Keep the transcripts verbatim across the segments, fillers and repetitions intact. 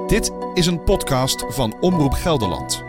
Dit is een podcast van Omroep Gelderland.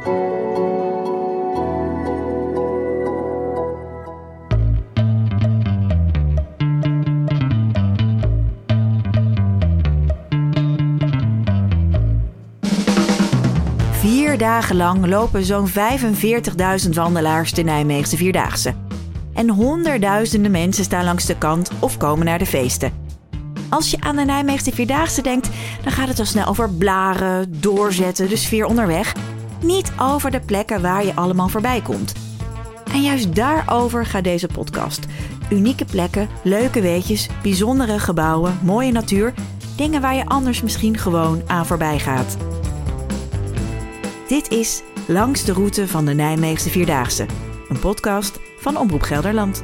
Vier dagen lang lopen zo'n vijfenveertigduizend wandelaars de Nijmeegse Vierdaagse. En honderdduizenden mensen staan langs de kant of komen naar de feesten. Als je aan de Nijmeegse Vierdaagse denkt, dan gaat het al snel over blaren, doorzetten, de sfeer onderweg. Niet over de plekken waar je allemaal voorbij komt. En juist daarover gaat deze podcast. Unieke plekken, leuke weetjes, bijzondere gebouwen, mooie natuur. Dingen waar je anders misschien gewoon aan voorbij gaat. Dit is Langs de route van de Nijmeegse Vierdaagse. Een podcast van Omroep Gelderland.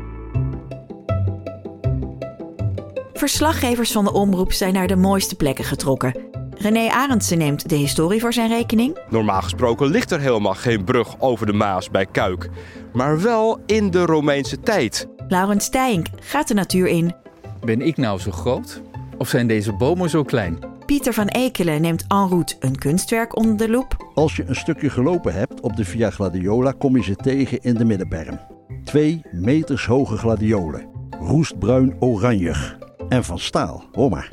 Verslaggevers van de Omroep zijn naar de mooiste plekken getrokken. René Arendsen neemt de historie voor zijn rekening. Normaal gesproken ligt er helemaal geen brug over de Maas bij Kuik. Maar wel in de Romeinse tijd. Laurens Stijnk gaat de natuur in. Ben ik nou zo groot? Of zijn deze bomen zo klein? Pieter van Ekelen neemt en route een kunstwerk onder de loep. Als je een stukje gelopen hebt op de Via Gladiola, kom je ze tegen in de Middenberm. Twee meters hoge gladiolen. Roestbruin oranjig. En van staal, hoor maar.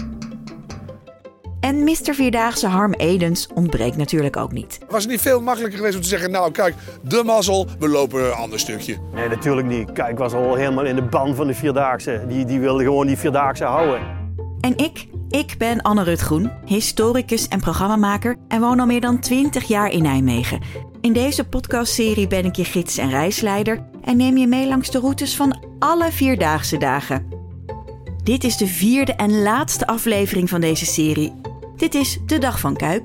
En mister Vierdaagse Harm Edens ontbreekt natuurlijk ook niet. Was het niet veel makkelijker geweest om te zeggen, nou kijk, de mazzel, we lopen een ander stukje? Nee, natuurlijk niet. Kijk, ik was al helemaal in de ban van de Vierdaagse. Die, die wilde gewoon die Vierdaagse houden. En ik, ik ben Anne Rutgroen, historicus en programmamaker en woon al meer dan twintig jaar in Nijmegen. In deze podcastserie ben ik je gids en reisleider en neem je mee langs de routes van alle Vierdaagse dagen. Dit is de vierde en laatste aflevering van deze serie. Dit is de Dag van Kuik.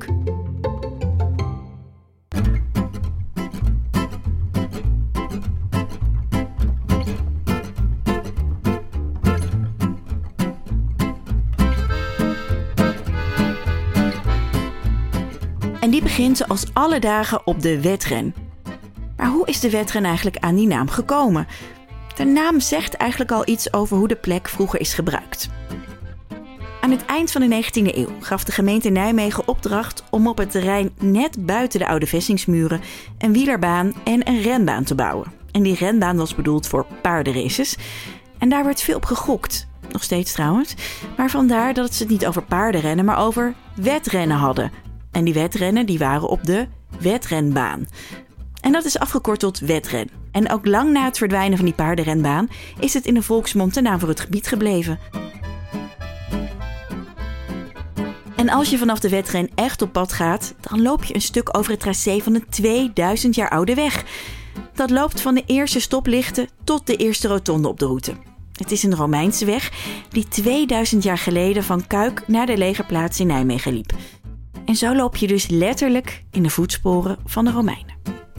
En die begint zoals alle dagen op de wedren. Maar hoe is de wedren eigenlijk aan die naam gekomen? De naam zegt eigenlijk al iets over hoe de plek vroeger is gebruikt. Aan het eind van de negentiende eeuw gaf de gemeente Nijmegen opdracht om op het terrein net buiten de oude vestingsmuren een wielerbaan en een renbaan te bouwen. En die renbaan was bedoeld voor paardenraces. En daar werd veel op gegokt. Nog steeds trouwens. Maar vandaar dat ze het niet over paardenrennen, maar over wedrennen hadden. En die wedrennen die waren op de wedrenbaan. En dat is afgekort tot wedren. En ook lang na het verdwijnen van die paardenrenbaan is het in de volksmond de naam voor het gebied gebleven. En als je vanaf de wedren echt op pad gaat, dan loop je een stuk over het tracé van een tweeduizend jaar oude weg. Dat loopt van de eerste stoplichten tot de eerste rotonde op de route. Het is een Romeinse weg die tweeduizend jaar geleden van Kuik naar de legerplaats in Nijmegen liep. En zo loop je dus letterlijk in de voetsporen van de Romeinen.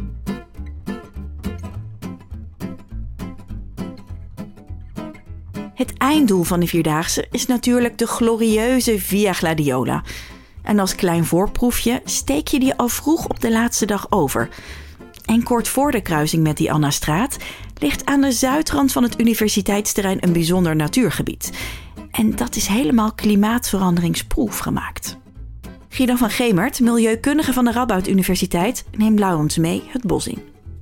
Het einddoel van de Vierdaagse is natuurlijk de glorieuze Via Gladiola. En als klein voorproefje steek je die al vroeg op de laatste dag over. En kort voor de kruising met die Annastraat ligt aan de zuidrand van het universiteitsterrein een bijzonder natuurgebied. En dat is helemaal klimaatveranderingsproof gemaakt. Guido van Gemert, milieukundige van de Radboud Universiteit, neemt Laurens mee het bos in.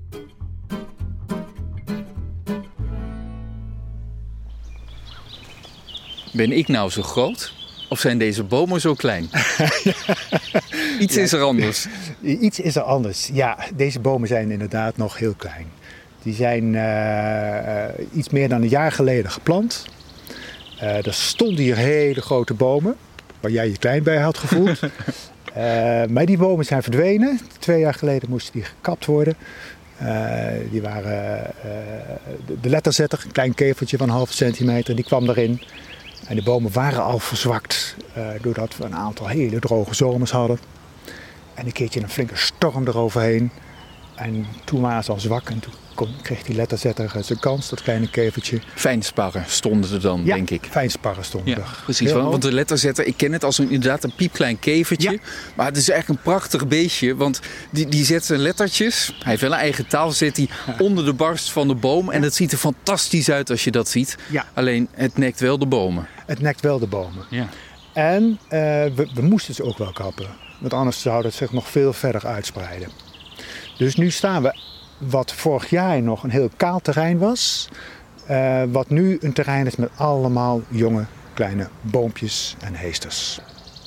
Ben ik nou zo groot? Of zijn deze bomen zo klein? Iets ja. is er anders. Iets is er anders. Ja, deze bomen zijn inderdaad nog heel klein. Die zijn uh, iets meer dan een jaar geleden geplant. Uh, er stonden hier hele grote bomen, waar jij je klein bij had gevoeld. uh, maar die bomen zijn verdwenen. Twee jaar geleden moesten die gekapt worden. Uh, die waren uh, de letterzetter, een klein keveltje van een halve centimeter, die kwam erin. En de bomen waren al verzwakt uh, doordat we een aantal hele droge zomers hadden. En een keertje een flinke storm eroverheen. En toen waren ze al zwak en toen kon, kreeg die letterzetter zijn kans, dat kleine kevertje. Fijnsparren stonden er dan, ja, denk ik. Fijnsparren stonden ja, er. Precies, want, want de letterzetter, ik ken het als een, inderdaad een piepklein kevertje. Ja. Maar het is eigenlijk een prachtig beestje, want die, die zet zijn lettertjes, hij heeft wel een eigen taal, zet hij ja. onder de barst van de boom. En dat ziet er fantastisch uit als je dat ziet. Ja. Alleen, het nekt wel de bomen. Het nekt wel de bomen. Ja. En uh, we, we moesten ze ook wel kappen. Want anders zou het zich nog veel verder uitspreiden. Dus nu staan we wat vorig jaar nog een heel kaal terrein was. Uh, wat nu een terrein is met allemaal jonge kleine boompjes en heesters.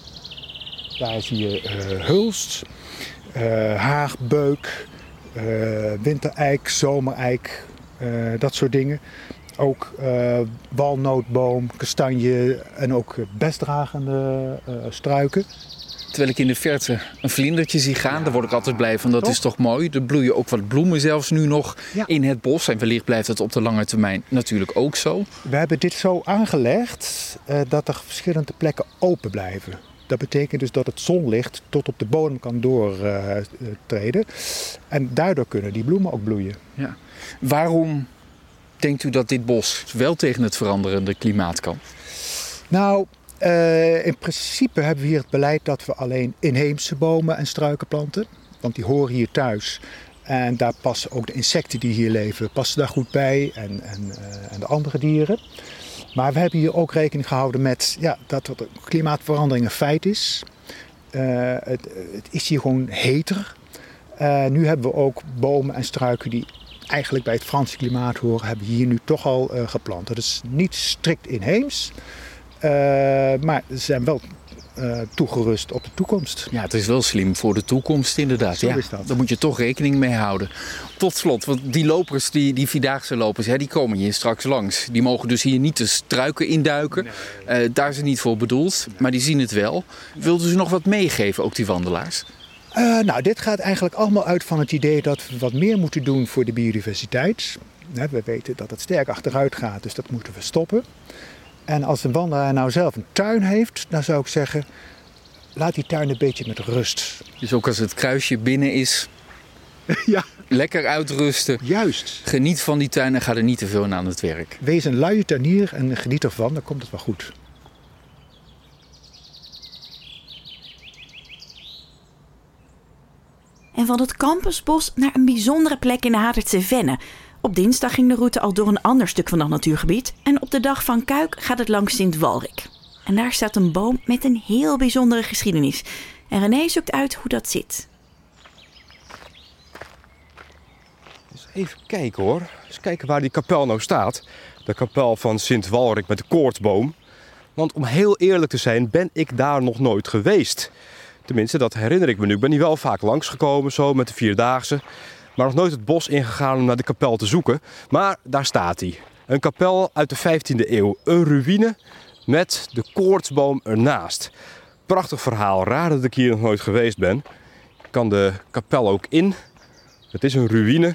Daar zie je uh, hulst, uh, haagbeuk, uh, wintereik, zomereik, uh, dat soort dingen. Ook uh, walnootboom, kastanje en ook bestdragende uh, struiken. Terwijl ik in de verte een vlindertje zie gaan, ja, daar word ik altijd blij van. Dat toch? Is toch mooi. Er bloeien ook wat bloemen zelfs nu nog ja. in het bos. En wellicht blijft het op de lange termijn natuurlijk ook zo. We hebben dit zo aangelegd uh, dat er verschillende plekken open blijven. Dat betekent dus dat het zonlicht tot op de bodem kan doortreden. Uh, en daardoor kunnen die bloemen ook bloeien. Ja. Waarom denkt u dat dit bos wel tegen het veranderende klimaat kan? Nou, uh, in principe hebben we hier het beleid dat we alleen inheemse bomen en struiken planten. Want die horen hier thuis. En daar passen ook de insecten die hier leven passen daar goed bij. En, en, uh, en de andere dieren. Maar we hebben hier ook rekening gehouden met ja, dat de klimaatverandering een feit is. Uh, het, het is hier gewoon heter. Uh, nu hebben we ook bomen en struiken die eigenlijk bij het Franse klimaat horen, hebben we hier nu toch al uh, geplant. Dat is niet strikt inheems, uh, maar ze zijn wel uh, toegerust op de toekomst. Ja, het is wel slim voor de toekomst inderdaad. Zo ja, is dat. Daar moet je toch rekening mee houden. Tot slot, want die lopers, die, die vierdaagse lopers, hè, die komen hier straks langs. Die mogen dus hier niet de struiken induiken. Nee. Uh, daar is het niet voor bedoeld, nee. Maar die zien het wel. Wilden ze nog wat meegeven, ook die wandelaars? Uh, nou, dit gaat eigenlijk allemaal uit van het idee dat we wat meer moeten doen voor de biodiversiteit. We weten dat het sterk achteruit gaat, dus dat moeten we stoppen. En als een wandelaar nou zelf een tuin heeft, dan zou ik zeggen, laat die tuin een beetje met rust. Dus ook als het kruisje binnen is, ja. Lekker uitrusten. Juist. Geniet van die tuin en ga er niet te veel aan het werk. Wees een luie tuinier en geniet ervan, dan komt het wel goed. En van het campusbos naar een bijzondere plek in de Hatertse Venne. Op dinsdag ging de route al door een ander stuk van dat natuurgebied. En op de dag van Kuik gaat het langs Sint-Walrik. En daar staat een boom met een heel bijzondere geschiedenis. En René zoekt uit hoe dat zit. Dus even kijken hoor. Eens kijken waar die kapel nou staat. De kapel van Sint-Walrik met de koortsboom. Want om heel eerlijk te zijn ben ik daar nog nooit geweest. Tenminste, dat herinner ik me nu. Ik ben hier wel vaak langsgekomen, zo met de Vierdaagse. Maar nog nooit het bos ingegaan om naar de kapel te zoeken. Maar daar staat hij. Een kapel uit de vijftiende eeuw. Een ruïne met de koortsboom ernaast. Prachtig verhaal. Raar dat ik hier nog nooit geweest ben. Ik kan de kapel ook in. Het is een ruïne.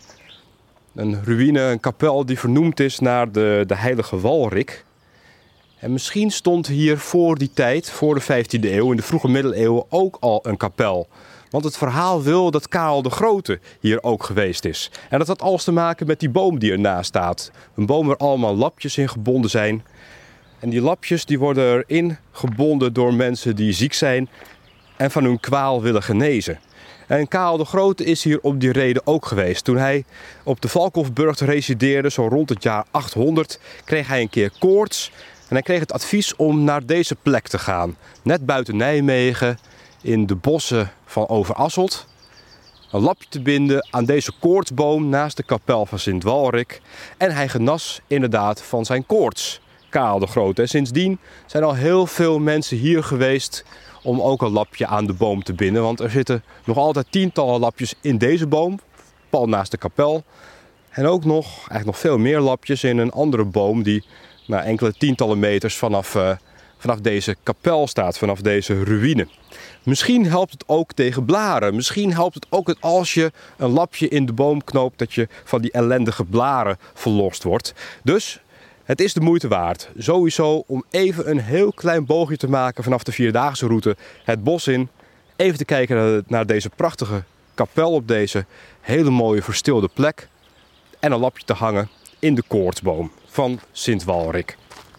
Een ruïne, een kapel die vernoemd is naar de, de heilige Walrik. En misschien stond hier voor die tijd, voor de vijftiende eeuw, in de vroege middeleeuwen ook al een kapel. Want het verhaal wil dat Karel de Grote hier ook geweest is. En dat had alles te maken met die boom die ernaast staat. Een boom waar allemaal lapjes in gebonden zijn. En die lapjes die worden erin gebonden door mensen die ziek zijn en van hun kwaal willen genezen. En Karel de Grote is hier om die reden ook geweest. Toen hij op de Valkhofburcht resideerde, zo rond het jaar achthonderd, kreeg hij een keer koorts. En hij kreeg het advies om naar deze plek te gaan. Net buiten Nijmegen, in de bossen van Overasselt. Een lapje te binden aan deze koortsboom naast de kapel van Sint-Walrik. En hij genas inderdaad van zijn koorts, Karel de Grote. En sindsdien zijn al heel veel mensen hier geweest om ook een lapje aan de boom te binden. Want er zitten nog altijd tientallen lapjes in deze boom, pal naast de kapel. En ook nog, eigenlijk nog veel meer lapjes in een andere boom die nou, enkele tientallen meters vanaf, uh, vanaf deze kapel staat, vanaf deze ruïne. Misschien helpt het ook tegen blaren. Misschien helpt het ook als je een lapje in de boom knoopt, dat je van die ellendige blaren verlost wordt. Dus het is de moeite waard. Sowieso om even een heel klein boogje te maken vanaf de vierdaagse route het bos in. Even te kijken naar deze prachtige kapel op deze hele mooie verstilde plek. En een lapje te hangen in de koortsboom van Sint-Walrik.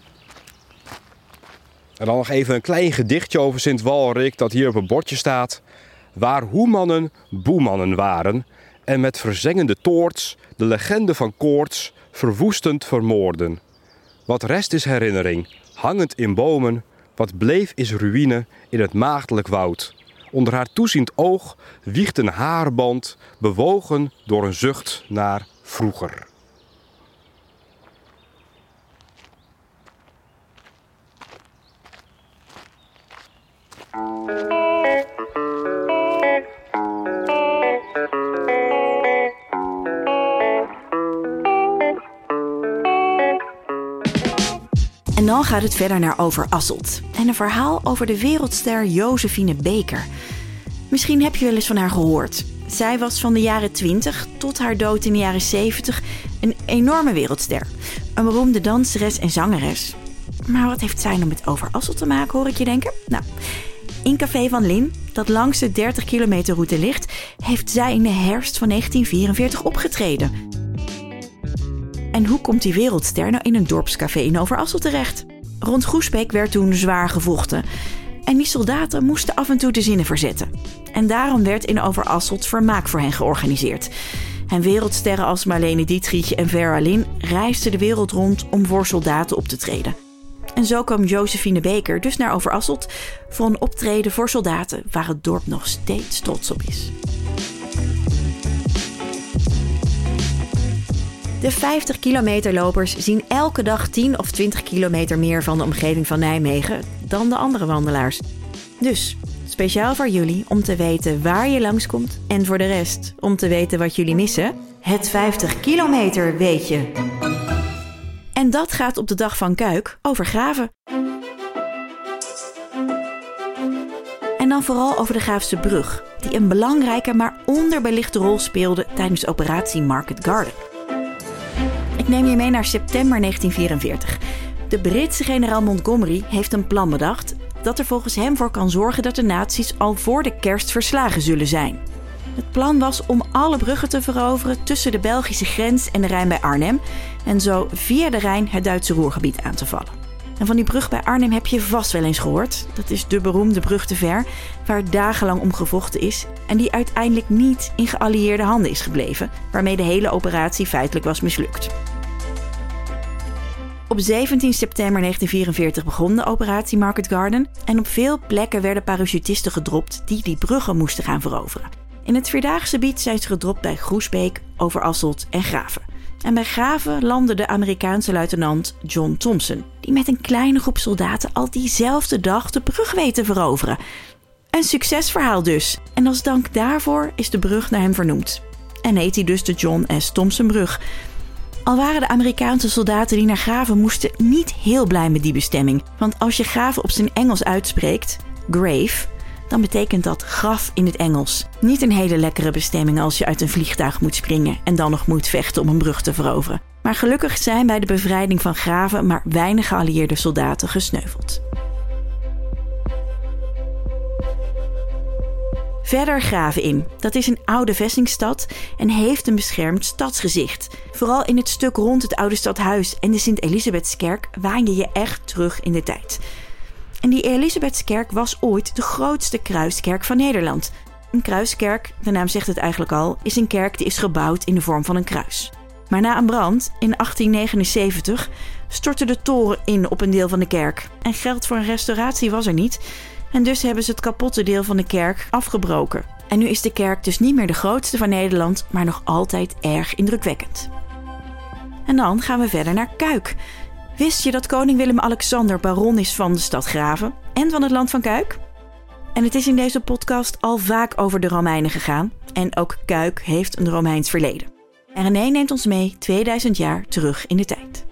En dan nog even een klein gedichtje over Sint-Walrik dat hier op een bordje staat. Waar hoemannen boemannen waren en met verzengende toorts de legende van koorts verwoestend vermoorden. Wat rest is herinnering, hangend in bomen, Wat bleef is ruïne in het maagdelijk woud. Onder haar toeziend oog wiegt een haarband, bewogen door een zucht naar vroeger. En dan gaat het verder naar Overasselt. En een verhaal over de wereldster Josephine Baker. Misschien heb je wel eens van haar gehoord. Zij was van de jaren twintig tot haar dood in de jaren zeventig een enorme wereldster. Een beroemde danseres en zangeres. Maar wat heeft zij nou met Overasselt te maken, hoor ik je denken? Nou, in Café van Lin, dat langs de dertig kilometer route ligt, heeft zij in de herfst van negentien vierenveertig opgetreden. En hoe komt die wereldster nou in een dorpscafé in Overasselt terecht? Rond Groesbeek werd toen zwaar gevochten. En die soldaten moesten af en toe de zinnen verzetten. En daarom werd in Overasselt vermaak voor hen georganiseerd. En wereldsterren als Marlene Dietrich en Vera Lynn reisden de wereld rond om voor soldaten op te treden. En zo kwam Josephine Baker dus naar Overasselt voor een optreden voor soldaten waar het dorp nog steeds trots op is. De vijftig kilometer lopers zien elke dag tien of twintig kilometer meer van de omgeving van Nijmegen dan de andere wandelaars. Dus speciaal voor jullie om te weten waar je langskomt en voor de rest om te weten wat jullie missen, het vijftig kilometer weetje. En dat gaat op de dag van Kuik over graven. En dan vooral over de Graafse Brug, die een belangrijke maar onderbelichte rol speelde tijdens operatie Market Garden. Ik neem je mee naar september negentien vierenveertig. De Britse generaal Montgomery heeft een plan bedacht dat er volgens hem voor kan zorgen dat de nazi's al voor de kerst verslagen zullen zijn. Het plan was om alle bruggen te veroveren tussen de Belgische grens en de Rijn bij Arnhem en zo via de Rijn het Duitse Roergebied aan te vallen. En van die brug bij Arnhem heb je vast wel eens gehoord. Dat is de beroemde brug te Ver, waar dagenlang om gevochten is en die uiteindelijk niet in geallieerde handen is gebleven, waarmee de hele operatie feitelijk was mislukt. Op zeventien september negentien vierenveertig begon de operatie Market Garden en op veel plekken werden parachutisten gedropt die die bruggen moesten gaan veroveren. In het Vierdaagse gebied zijn ze gedropt bij Groesbeek, Overasselt en Graven. En bij Graven landde de Amerikaanse luitenant John Thompson, die met een kleine groep soldaten al diezelfde dag de brug weet te veroveren. Een succesverhaal dus. En als dank daarvoor is de brug naar hem vernoemd. En heet hij dus de John S. Thompson-brug. Al waren de Amerikaanse soldaten die naar Graven moesten niet heel blij met die bestemming. Want als je Graven op zijn Engels uitspreekt, grave, dan betekent dat graf in het Engels. Niet een hele lekkere bestemming als je uit een vliegtuig moet springen en dan nog moet vechten om een brug te veroveren. Maar gelukkig zijn bij de bevrijding van Graven maar weinig geallieerde soldaten gesneuveld. Verder Graven in. Dat is een oude vestingstad en heeft een beschermd stadsgezicht. Vooral in het stuk rond het oude stadhuis en de Sint-Elisabethskerk waan je je echt terug in de tijd. En die Elisabethskerk was ooit de grootste kruiskerk van Nederland. Een kruiskerk, de naam zegt het eigenlijk al, is een kerk die is gebouwd in de vorm van een kruis. Maar na een brand in achttien negenenzeventig stortte de toren in op een deel van de kerk. En geld voor een restauratie was er niet. En dus hebben ze het kapotte deel van de kerk afgebroken. En nu is de kerk dus niet meer de grootste van Nederland, maar nog altijd erg indrukwekkend. En dan gaan we verder naar Kuik. Wist je dat koning Willem-Alexander baron is van de stad Graven en van het land van Kuik? En het is in deze podcast al vaak over de Romeinen gegaan. En ook Kuik heeft een Romeins verleden. En René neemt ons mee tweeduizend jaar terug in de tijd.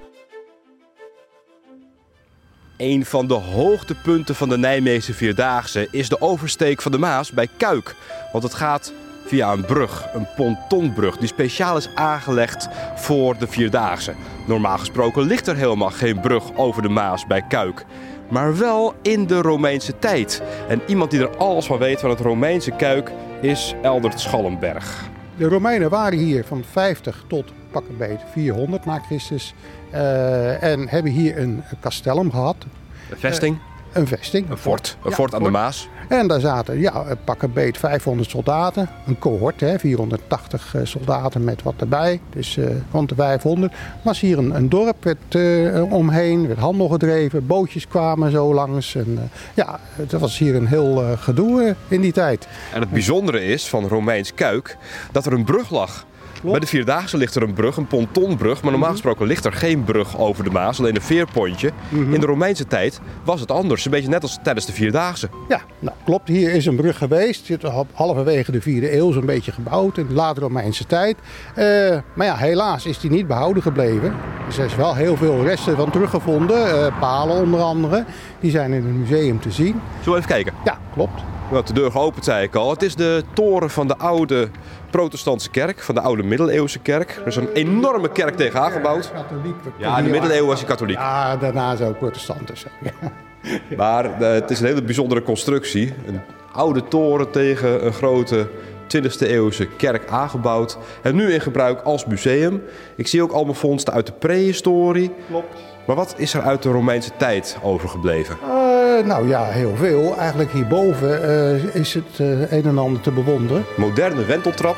Een van de hoogtepunten van de Nijmeegse Vierdaagse is de oversteek van de Maas bij Kuik. Want het gaat via een brug, een pontonbrug, die speciaal is aangelegd voor de Vierdaagse. Normaal gesproken ligt er helemaal geen brug over de Maas bij Kuik. Maar wel in de Romeinse tijd. En iemand die er alles van weet van het Romeinse Kuik is Eldert Schallenberg. De Romeinen waren hier van vijftig tot pakkenbeet vierhonderd na Christus. Uh, en hebben hier een castellum gehad. Een vesting? Uh, een vesting. Een fort. Een ja, fort aan fort. de Maas. En daar zaten ja, pak een beet vijfhonderd soldaten. Een cohort, hè, vierhonderdtachtig soldaten met wat erbij. Dus uh, rond de vijfhonderd. Was hier een, een dorp, werd uh, omheen, werd handel gedreven. Bootjes kwamen zo langs. En, uh, ja, het was hier een heel uh, gedoe uh, in die tijd. En het bijzondere is van Romeins Kuik dat er een brug lag. Klopt. Bij de Vierdaagse ligt er een brug, een pontonbrug. Maar normaal gesproken ligt er geen brug over de Maas, alleen een veerpontje. Mm-hmm. In de Romeinse tijd was het anders. Een beetje net als tijdens de Vierdaagse. Ja, nou, klopt. Hier is een brug geweest. Zit halverwege de vierde eeuw zo'n beetje gebouwd in de late Romeinse tijd. Uh, maar ja, helaas is die niet behouden gebleven. Dus er is wel heel veel resten van teruggevonden. Uh, palen onder andere. Die zijn in het museum te zien. Zullen we even kijken? Ja, klopt. Nou, de deur geopend, zei ik al. Het is de toren van de oude protestantse kerk, van de oude middeleeuwse kerk. Er is een enorme kerk tegenaan gebouwd. Ja, in de middeleeuwen was hij katholiek. Ja, daarna is ook protestant. Dus. Maar uh, het is een hele bijzondere constructie. Een oude toren tegen een grote twintigste eeuwse kerk aangebouwd. En nu in gebruik als museum. Ik zie ook allemaal vondsten uit de prehistorie. Klopt. Maar wat is er uit de Romeinse tijd overgebleven? Uh, nou ja, heel veel. Eigenlijk hierboven uh, is het uh, een en ander te bewonderen. Moderne wenteltrap.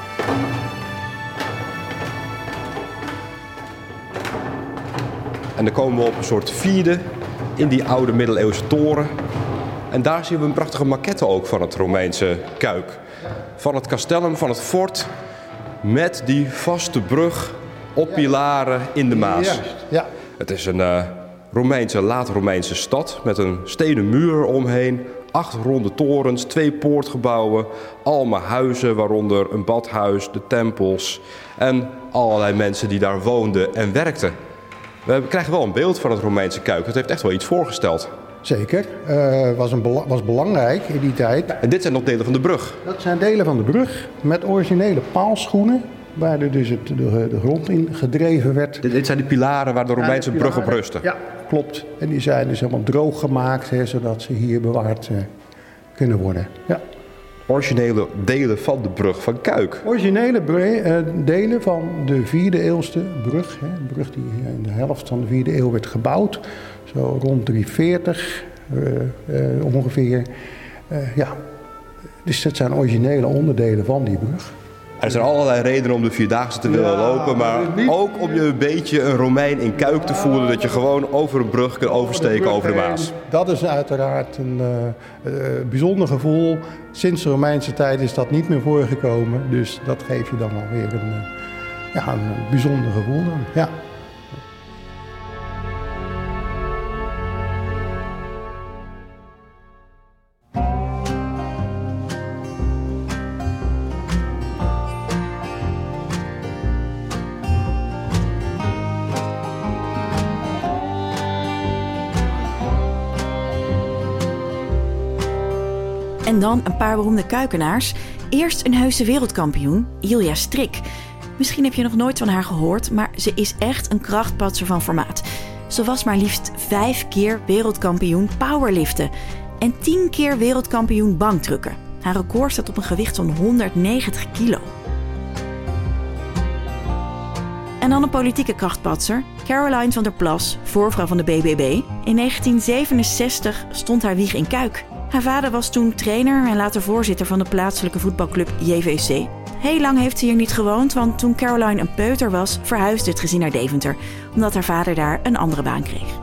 En dan komen we op een soort vierde in die oude middeleeuwse toren. En daar zien we een prachtige maquette ook van het Romeinse Kuik. Van het castellum, van het fort, met die vaste brug op pilaren in de Maas. Juist, ja. Het is een uh, Romeinse, laat-Romeinse stad met een stenen muur omheen. Acht ronde torens, twee poortgebouwen, allemaal huizen, waaronder een badhuis, de tempels en allerlei mensen die daar woonden en werkten. We krijgen wel een beeld van het Romeinse Kuik. Het heeft echt wel iets voorgesteld. Zeker. Het uh, was, een bela- was belangrijk in die tijd. En dit zijn nog delen van de brug? Dat zijn delen van de brug met originele paalschoenen. Waar er dus het, de, de grond in gedreven werd. Dit, dit zijn de pilaren waar de Romeinse ja, de brug op rustte? Ja, klopt. En die zijn dus helemaal droog gemaakt, hè, zodat ze hier bewaard uh, kunnen worden. Ja. Originele delen van de brug van Kuik? Originele bre- uh, delen van de vierde eeuwste brug. Hè, een brug die in de helft van de vierde eeuw werd gebouwd. Zo rond driehonderdveertig uh, uh, ongeveer. Uh, ja. Dus dat zijn originele onderdelen van die brug. Er zijn allerlei redenen om de Vierdaagse te willen ja, lopen, maar niet... ook om je een beetje een Romein in Kuik te voelen, dat je gewoon over een brug kunt oversteken over de Maas. Dat is uiteraard een uh, uh, bijzonder gevoel. Sinds de Romeinse tijd is dat niet meer voorgekomen, dus dat geeft je dan alweer een, uh, ja, een bijzonder gevoel dan. Ja. En dan een paar beroemde kuikenaars. Eerst een heuse wereldkampioen, Ilja Strik. Misschien heb je nog nooit van haar gehoord, maar ze is echt een krachtpatser van formaat. Ze was maar liefst vijf keer wereldkampioen powerliften en tien keer wereldkampioen bankdrukken. Haar record staat op een gewicht van honderdnegentig kilo. En dan een politieke krachtpatser, Caroline van der Plas, voorvrouw van de B B B. In negentien zevenenzestig stond haar wieg in Kuik. Haar vader was toen trainer en later voorzitter van de plaatselijke voetbalclub J V C. Heel lang heeft ze hier niet gewoond, want toen Caroline een peuter was, verhuisde het gezin naar Deventer, omdat haar vader daar een andere baan kreeg.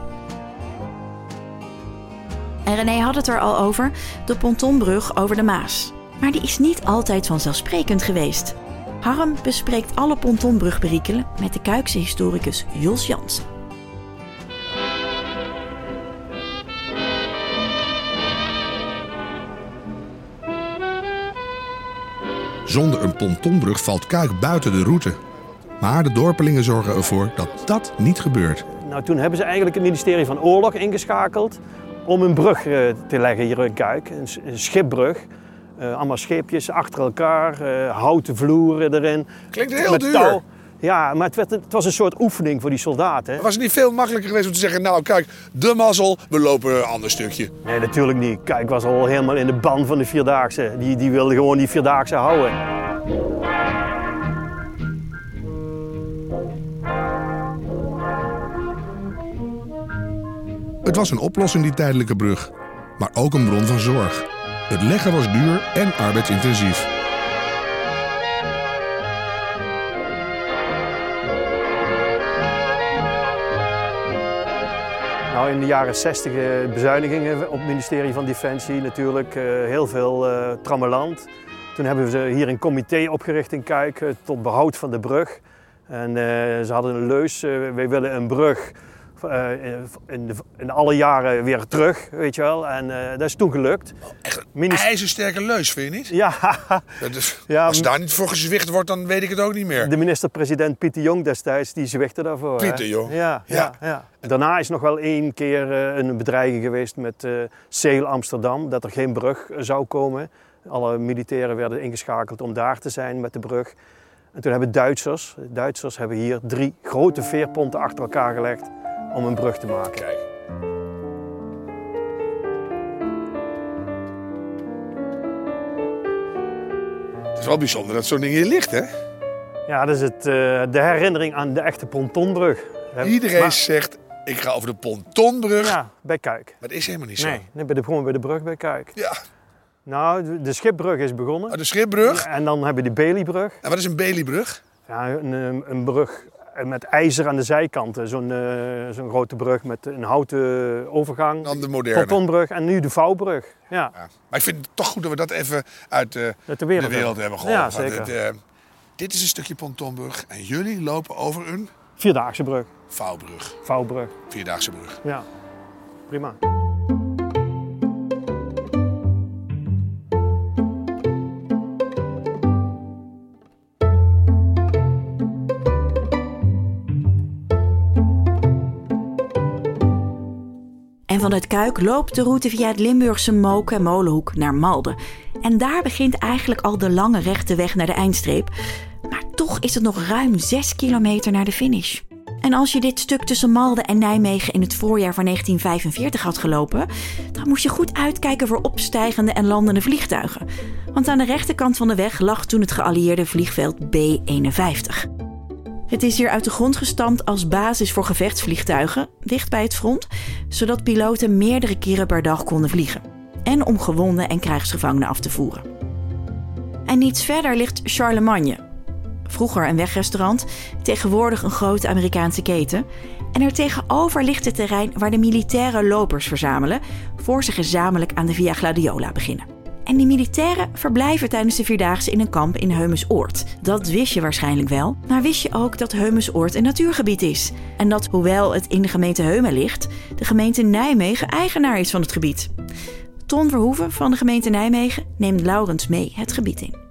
En René had het er al over, de pontonbrug over de Maas. Maar die is niet altijd vanzelfsprekend geweest. Harm bespreekt alle pontonbrugperikelen met de Kuikse historicus Jos Jansen. Zonder een pontonbrug valt Kuik buiten de route. Maar de dorpelingen zorgen ervoor dat dat niet gebeurt. Nou, toen hebben ze eigenlijk het ministerie van Oorlog ingeschakeld om een brug te leggen hier in Kuik. Een schipbrug. Uh, allemaal scheepjes achter elkaar, uh, houten vloeren erin. Klinkt heel met duur. Touw. Ja, maar het, werd, het was een soort oefening voor die soldaten. Was het niet veel makkelijker geweest om te zeggen, nou kijk, de mazzel, we lopen een ander stukje? Nee, natuurlijk niet. Kijk, was al helemaal in de ban van de Vierdaagse. Die, die wilde gewoon die Vierdaagse houden. Het was een oplossing, die tijdelijke brug. Maar ook een bron van zorg. Het leggen was duur en arbeidsintensief. Nou, in de jaren zestig uh, bezuinigingen op het ministerie van Defensie natuurlijk. Uh, heel veel uh, trammeland. Toen hebben ze hier een comité opgericht in Kuik uh, tot behoud van de brug. En uh, ze hadden een leus, uh, wij willen een brug uh, in, de, in alle jaren weer terug, weet je wel. En uh, dat is toen gelukt. Oh, echt een Minister... ijzersterke leus, vind je niet? Ja. Dus, ja. Als daar niet voor gezwicht wordt, dan weet ik het ook niet meer. De minister-president Pieter Jong destijds, die zwichtte daarvoor. Pieter Jong? Ja, ja. ja, ja. Daarna is nog wel één keer uh, een bedreiging geweest met uh, Sail Amsterdam, dat er geen brug uh, zou komen. Alle militairen werden ingeschakeld om daar te zijn met de brug. En toen hebben Duitsers, Duitsers hebben hier drie grote veerponten achter elkaar gelegd om een brug te maken. Kijk. Het is wel bijzonder dat zo'n ding hier ligt, hè? Ja, dat is het, uh, de herinnering aan de echte pontonbrug. Iedereen maar, zegt, ik ga over de pontonbrug. Ja, bij Kuik. Maar dat is helemaal niet zo. Nee, nee bij de, gewoon bij de brug bij Kuik. Ja. Nou, de, de schipbrug is begonnen. Oh, de schipbrug? Ja, en dan hebben we de Baileybrug. En wat is een Baileybrug? Ja, een, een brug met ijzer aan de zijkanten. Zo'n uh, zo'n grote brug met een houten overgang. Dan de moderne. Pontonbrug en nu de vouwbrug. Ja. Ja. Maar ik vind het toch goed dat we dat even uit uh, de, de wereld, de wereld hebben geholpen. Ja, zeker. Het, uh, dit is een stukje pontonbrug en jullie lopen over een... Vierdaagse brug. Vouwbrug. Vouwbrug. Vierdaagse brug. Ja, prima. En vanuit Kuik loopt de route via het Limburgse Moken en Molenhoek naar Malden. En daar begint eigenlijk al de lange rechte weg naar de eindstreep. Maar toch is het nog ruim zes kilometer naar de finish. En als je dit stuk tussen Malden en Nijmegen in het voorjaar van negentien vijfenveertig had gelopen, dan moest je goed uitkijken voor opstijgende en landende vliegtuigen. Want aan de rechterkant van de weg lag toen het geallieerde vliegveld B eenenvijftig. Het is hier uit de grond gestampt als basis voor gevechtsvliegtuigen, dicht bij het front, zodat piloten meerdere keren per dag konden vliegen. En om gewonden en krijgsgevangenen af te voeren. En iets verder ligt Charlemagne. Vroeger een wegrestaurant, tegenwoordig een grote Amerikaanse keten. En er tegenover ligt het terrein waar de militaire lopers verzamelen, voor ze gezamenlijk aan de Via Gladiola beginnen. En die militairen verblijven tijdens de Vierdaagse in een kamp in Heumensoord. Dat wist je waarschijnlijk wel, maar wist je ook dat Heumensoord een natuurgebied is? En dat, hoewel het in de gemeente Heumen ligt, de gemeente Nijmegen eigenaar is van het gebied. Ton Verhoeven van de gemeente Nijmegen neemt Laurens mee het gebied in.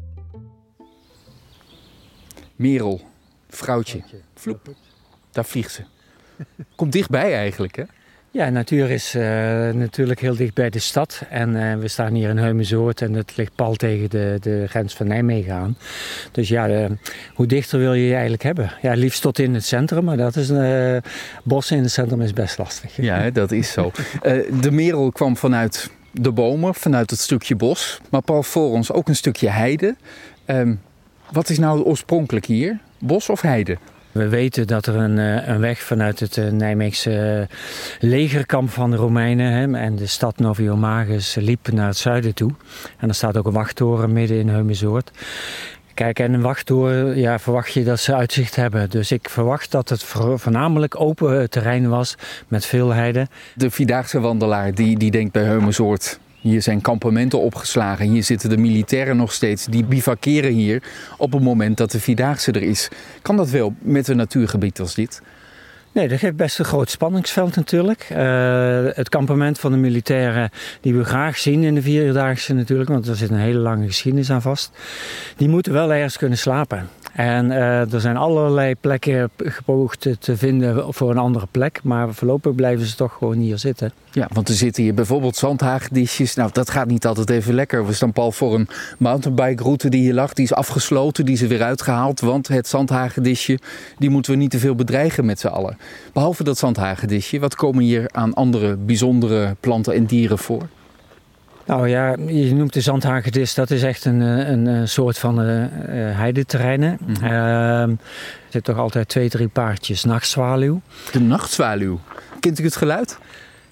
Merel, vrouwtje, vloep, daar vliegt ze. Komt dichtbij eigenlijk, hè? Ja, natuur is uh, natuurlijk heel dicht bij de stad. En uh, we staan hier in Heumensoord en het ligt pal tegen de, de grens van Nijmegen aan. Dus ja, uh, hoe dichter wil je je eigenlijk hebben? Ja, liefst tot in het centrum, maar dat is uh, bossen in het centrum is best lastig. Ja, dat is zo. Uh, de Merel kwam vanuit de bomen, vanuit het stukje bos. Maar pal voor ons ook een stukje heide. Um, wat is nou oorspronkelijk hier? Bos of heide? We weten dat er een, een weg vanuit het Nijmeegse legerkamp van de Romeinen hè, en de stad Noviomagus liep naar het zuiden toe. En er staat ook een wachttoren midden in Heumensoord. Kijk, en een wachttoren, ja, verwacht je dat ze uitzicht hebben. Dus ik verwacht dat het voornamelijk open terrein was met veel heide. De Vierdaagse wandelaar die, die denkt bij Heumensoord, hier zijn kampementen opgeslagen. Hier zitten de militairen nog steeds. Die bivakeren hier op het moment dat de Vierdaagse er is. Kan dat wel met een natuurgebied als dit? Nee, dat geeft best een groot spanningsveld natuurlijk. Uh, het kampement van de militairen die we graag zien in de Vierdaagse natuurlijk. Want er zit een hele lange geschiedenis aan vast. Die moeten wel ergens kunnen slapen. En uh, er zijn allerlei plekken gepoogd te vinden voor een andere plek. Maar voorlopig blijven ze toch gewoon hier zitten. Ja, want er zitten hier bijvoorbeeld zandhagedisjes. Nou, dat gaat niet altijd even lekker. We staan pal voor een mountainbike route die hier lag. Die is afgesloten, die is er weer uitgehaald. Want het zandhagedisje, die moeten we niet te veel bedreigen met z'n allen. Behalve dat zandhagedisje, wat komen hier aan andere bijzondere planten en dieren voor? Nou ja, je noemt de zandhagedis, dat is echt een, een, een soort van uh, heideterreinen. Mm-hmm. Uh, er zitten toch altijd twee, drie paardjes nachtzwaluw. De nachtzwaluw, kent u het geluid?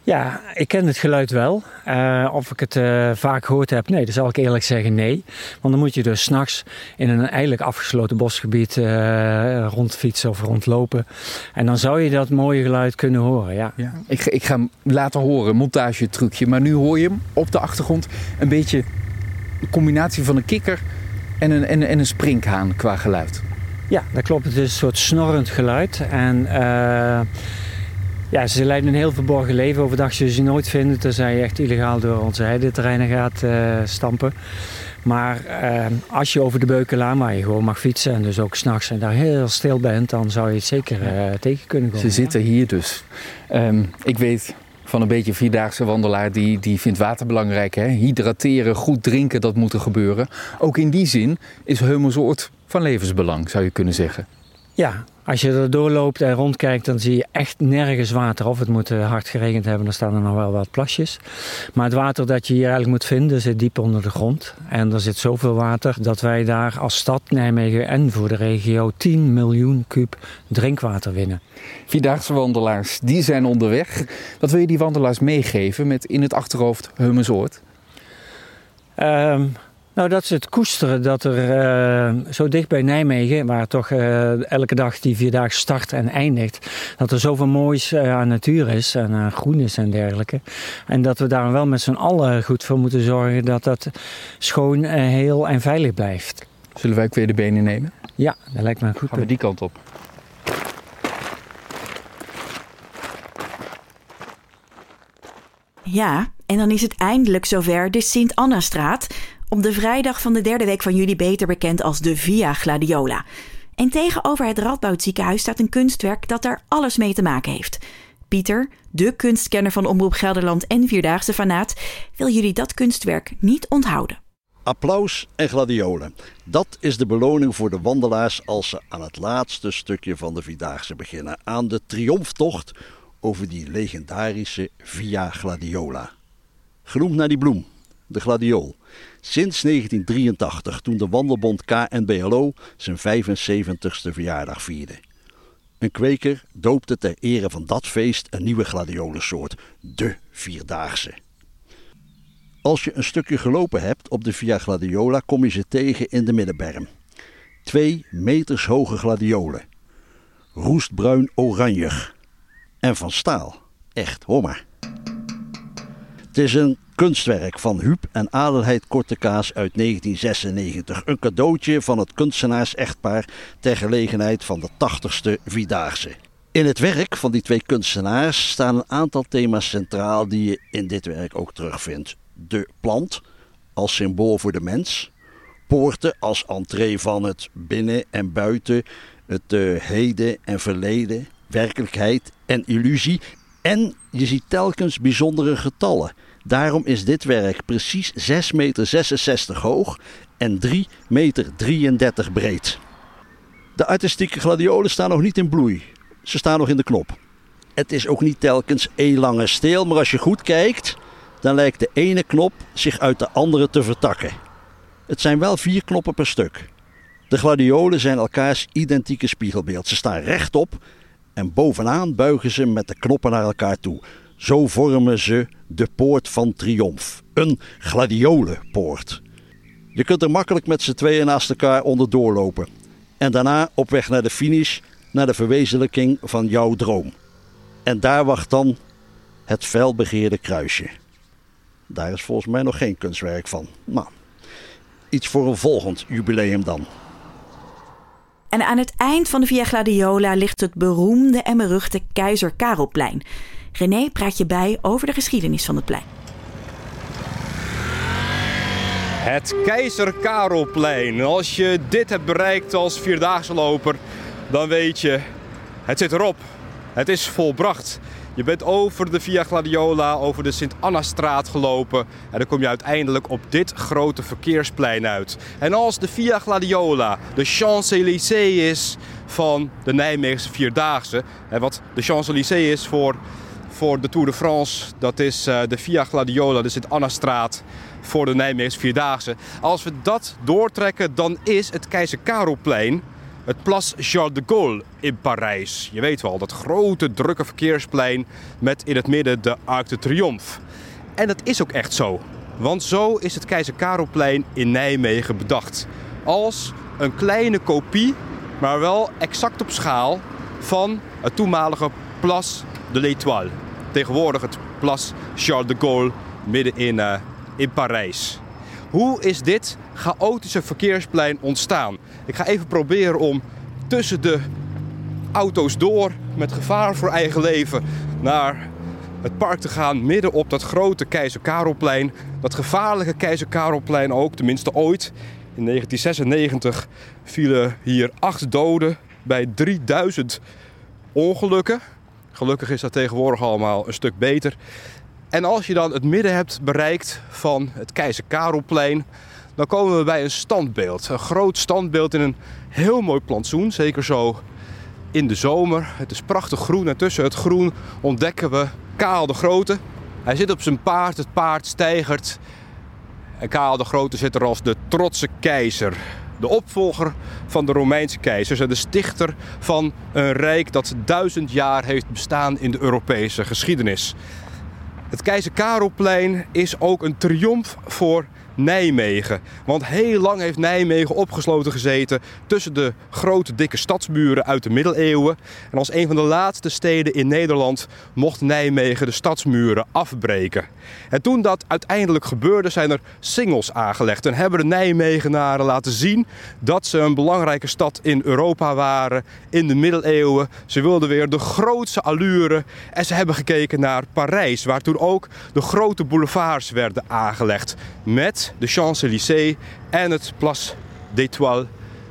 Ja, ik ken het geluid wel. Uh, of ik het uh, vaak gehoord heb, nee, dat zal ik eerlijk zeggen nee. Want dan moet je dus 's nachts in een eigenlijk afgesloten bosgebied uh, rondfietsen of rondlopen. En dan zou je dat mooie geluid kunnen horen, ja. ja. Ik, ik ga hem laten horen, montagetrucje. Maar nu hoor je hem op de achtergrond een beetje een combinatie van een kikker en een, en, en een sprinkhaan qua geluid. Ja, dat klopt. Het is een soort snorrend geluid. En uh, ja, ze leiden een heel verborgen leven. Overdag zul je ze nooit vinden, tenzij je echt illegaal door onze heideterreinen gaat uh, stampen. Maar uh, als je over de Beukenlaan, waar je gewoon mag fietsen en dus ook 's nachts en daar heel stil bent, dan zou je het zeker uh, tegen kunnen komen. Ze zitten hier dus. Um, ik weet van een beetje vierdaagse wandelaar, die, die vindt water belangrijk. Hè? Hydrateren, goed drinken, dat moet er gebeuren. Ook in die zin is Heumelsoord van levensbelang, zou je kunnen zeggen. Ja, als je er doorloopt en rondkijkt, dan zie je echt nergens water. Of het moet hard geregend hebben, dan staan er nog wel wat plasjes. Maar het water dat je hier eigenlijk moet vinden, zit diep onder de grond. En er zit zoveel water dat wij daar als stad Nijmegen en voor de regio tien miljoen kuub drinkwater winnen. Vierdaagse wandelaars, die zijn onderweg. Wat wil je die wandelaars meegeven met in het achterhoofd Heumelsoord? Um, Nou, dat is het koesteren dat er uh, zo dicht bij Nijmegen, waar toch uh, elke dag die vierdaag start en eindigt, dat er zoveel moois uh, aan natuur is en uh, groen is en dergelijke. En dat we daar wel met z'n allen goed voor moeten zorgen dat dat schoon, uh, heel en veilig blijft. Zullen wij ook weer de benen nemen? Ja, dat lijkt me goed. Gaan we die kant op. Ja, en dan is het eindelijk zover, de Sint-Annastraat. Op de vrijdag van de derde week van juli beter bekend als de Via Gladiola. En tegenover het Radboud Ziekenhuis staat een kunstwerk dat daar alles mee te maken heeft. Pieter, de kunstkenner van Omroep Gelderland en Vierdaagse fanaat, wil jullie dat kunstwerk niet onthouden. Applaus en gladiolen. Dat is de beloning voor de wandelaars als ze aan het laatste stukje van de Vierdaagse beginnen. Aan de triomftocht over die legendarische Via Gladiola. Genoemd naar die bloem, de gladiool. Sinds negentien drieëntachtig, toen de wandelbond K N B L O zijn vijfenzeventigste verjaardag vierde. Een kweker doopte ter ere van dat feest een nieuwe gladiolensoort, de Vierdaagse. Als je een stukje gelopen hebt op de Via Gladiola, kom je ze tegen in de Middenberm. Twee meters hoge gladiolen. Roestbruin oranjig. En van staal. Echt, hoor maar. Het is een kunstwerk van Huub en Adelheid Kortekaas uit negentien zesennegentig. Een cadeautje van het kunstenaars-echtpaar ter gelegenheid van de tachtigste Vierdaagse. In het werk van die twee kunstenaars staan een aantal thema's centraal die je in dit werk ook terugvindt. De plant als symbool voor de mens. Poorten als entree van het binnen en buiten. Het uh, heden en verleden. Werkelijkheid en illusie. En je ziet telkens bijzondere getallen. Daarom is dit werk precies zes meter zesenzestig hoog en drie meter drieëndertig breed. De artistieke gladiolen staan nog niet in bloei. Ze staan nog in de knop. Het is ook niet telkens één lange steel, maar als je goed kijkt, dan lijkt de ene knop zich uit de andere te vertakken. Het zijn wel vier knoppen per stuk. De gladiolen zijn elkaars identieke spiegelbeeld. Ze staan rechtop en bovenaan buigen ze met de knoppen naar elkaar toe. Zo vormen ze de poort van triomf. Een gladiolenpoort. Je kunt er makkelijk met z'n tweeën naast elkaar onderdoor lopen. En daarna op weg naar de finish, naar de verwezenlijking van jouw droom. En daar wacht dan het felbegeerde kruisje. Daar is volgens mij nog geen kunstwerk van. Nou, iets voor een volgend jubileum dan. En aan het eind van de Via Gladiola ligt het beroemde en beruchte Keizer Karelplein. René praat je bij over de geschiedenis van het plein. Het Keizer Karelplein. Als je dit hebt bereikt als vierdaagse loper, dan weet je, het zit erop. Het is volbracht. Je bent over de Via Gladiola, over de Sint-Annastraat gelopen en dan kom je uiteindelijk op dit grote verkeersplein uit. En als de Via Gladiola de Champs-Élysées is van de Nijmeegse Vierdaagse, en wat de Champs-Élysées is voor, voor de Tour de France, dat is uh, de Via Gladiola, de Sint-Annastraat voor de Nijmeegse Vierdaagse. Als we dat doortrekken, dan is het Keizer Karelplein het Place Charles de Gaulle in Parijs. Je weet wel, dat grote drukke verkeersplein met in het midden de Arc de Triomphe. En dat is ook echt zo. Want zo is het Keizer Karelplein in Nijmegen bedacht. Als een kleine kopie, maar wel exact op schaal van het toenmalige Place de l'Étoile. Tegenwoordig het Place Charles de Gaulle midden in, uh, in Parijs. Hoe is dit chaotische verkeersplein ontstaan? Ik ga even proberen om tussen de auto's door met gevaar voor eigen leven naar het park te gaan, midden op dat grote Keizer Karelplein. Dat gevaarlijke Keizer Karelplein ook, tenminste ooit. In negentien zesennegentig vielen hier acht doden bij drieduizend ongelukken. Gelukkig is dat tegenwoordig allemaal een stuk beter. En als je dan het midden hebt bereikt van het Keizer Karelplein, dan komen we bij een standbeeld. Een groot standbeeld in een heel mooi plantsoen, zeker zo in de zomer. Het is prachtig groen en tussen het groen ontdekken we Karel de Grote. Hij zit op zijn paard, het paard steigert. En Karel de Grote zit er als de trotse keizer. De opvolger van de Romeinse keizers en de stichter van een rijk dat duizend jaar heeft bestaan in de Europese geschiedenis. Het Keizer Karelplein is ook een triomf voor Nijmegen. Want heel lang heeft Nijmegen opgesloten gezeten tussen de grote dikke stadsmuren uit de middeleeuwen. En als een van de laatste steden in Nederland mocht Nijmegen de stadsmuren afbreken. En toen dat uiteindelijk gebeurde, zijn er singels aangelegd en hebben de Nijmegenaren laten zien dat ze een belangrijke stad in Europa waren in de middeleeuwen. Ze wilden weer de grootste allure en ze hebben gekeken naar Parijs, waar toen ook de grote boulevards werden aangelegd met de Champs-Élysées en het Place d'Étoile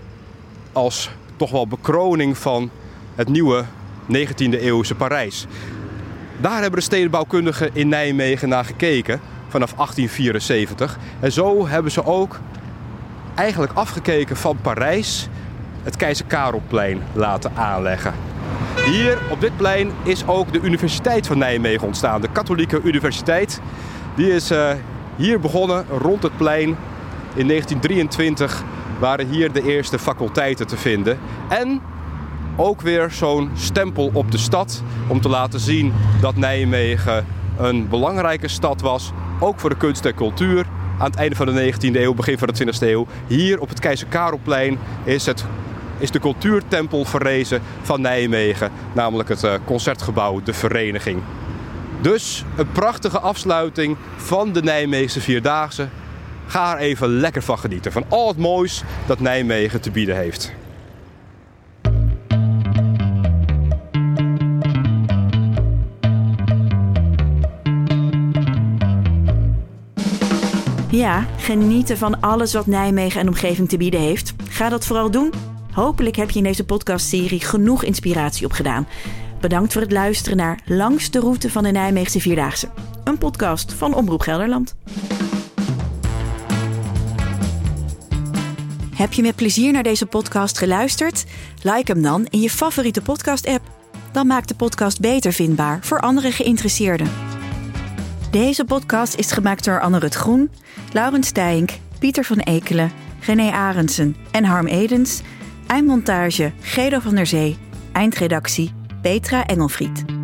als toch wel bekroning van het nieuwe negentiende eeuwse Parijs. Daar hebben de stedenbouwkundigen in Nijmegen naar gekeken vanaf achttien vierenzeventig. En zo hebben ze ook eigenlijk afgekeken van Parijs het Keizer Karelplein laten aanleggen. Hier op dit plein is ook de Universiteit van Nijmegen ontstaan, de Katholieke Universiteit. Die is uh, hier begonnen rond het plein. In negentien drieëntwintig waren hier de eerste faculteiten te vinden. En ook weer zo'n stempel op de stad om te laten zien dat Nijmegen een belangrijke stad was. Ook voor de kunst en cultuur. Aan het einde van de negentiende eeuw, begin van de twintigste eeuw. Hier op het Keizer Karelplein is, het, is de cultuurtempel verrezen van Nijmegen. Namelijk het uh, concertgebouw De Vereniging. Dus een prachtige afsluiting van de Nijmeegse Vierdaagse. Ga er even lekker van genieten. Van al het moois dat Nijmegen te bieden heeft. Ja, genieten van alles wat Nijmegen en omgeving te bieden heeft. Ga dat vooral doen. Hopelijk heb je in deze podcastserie genoeg inspiratie opgedaan. Bedankt voor het luisteren naar Langs de Route van de Nijmeegse Vierdaagse. Een podcast van Omroep Gelderland. Heb je met plezier naar deze podcast geluisterd? Like hem dan in je favoriete podcast-app. Dan maakt de podcast beter vindbaar voor andere geïnteresseerden. Deze podcast is gemaakt door Anne Rut Groen, Laurens Stijnk, Pieter van Ekelen, René Arendsen en Harm Edens. Eindmontage Gedo van der Zee. Eindredactie Petra Engelfried.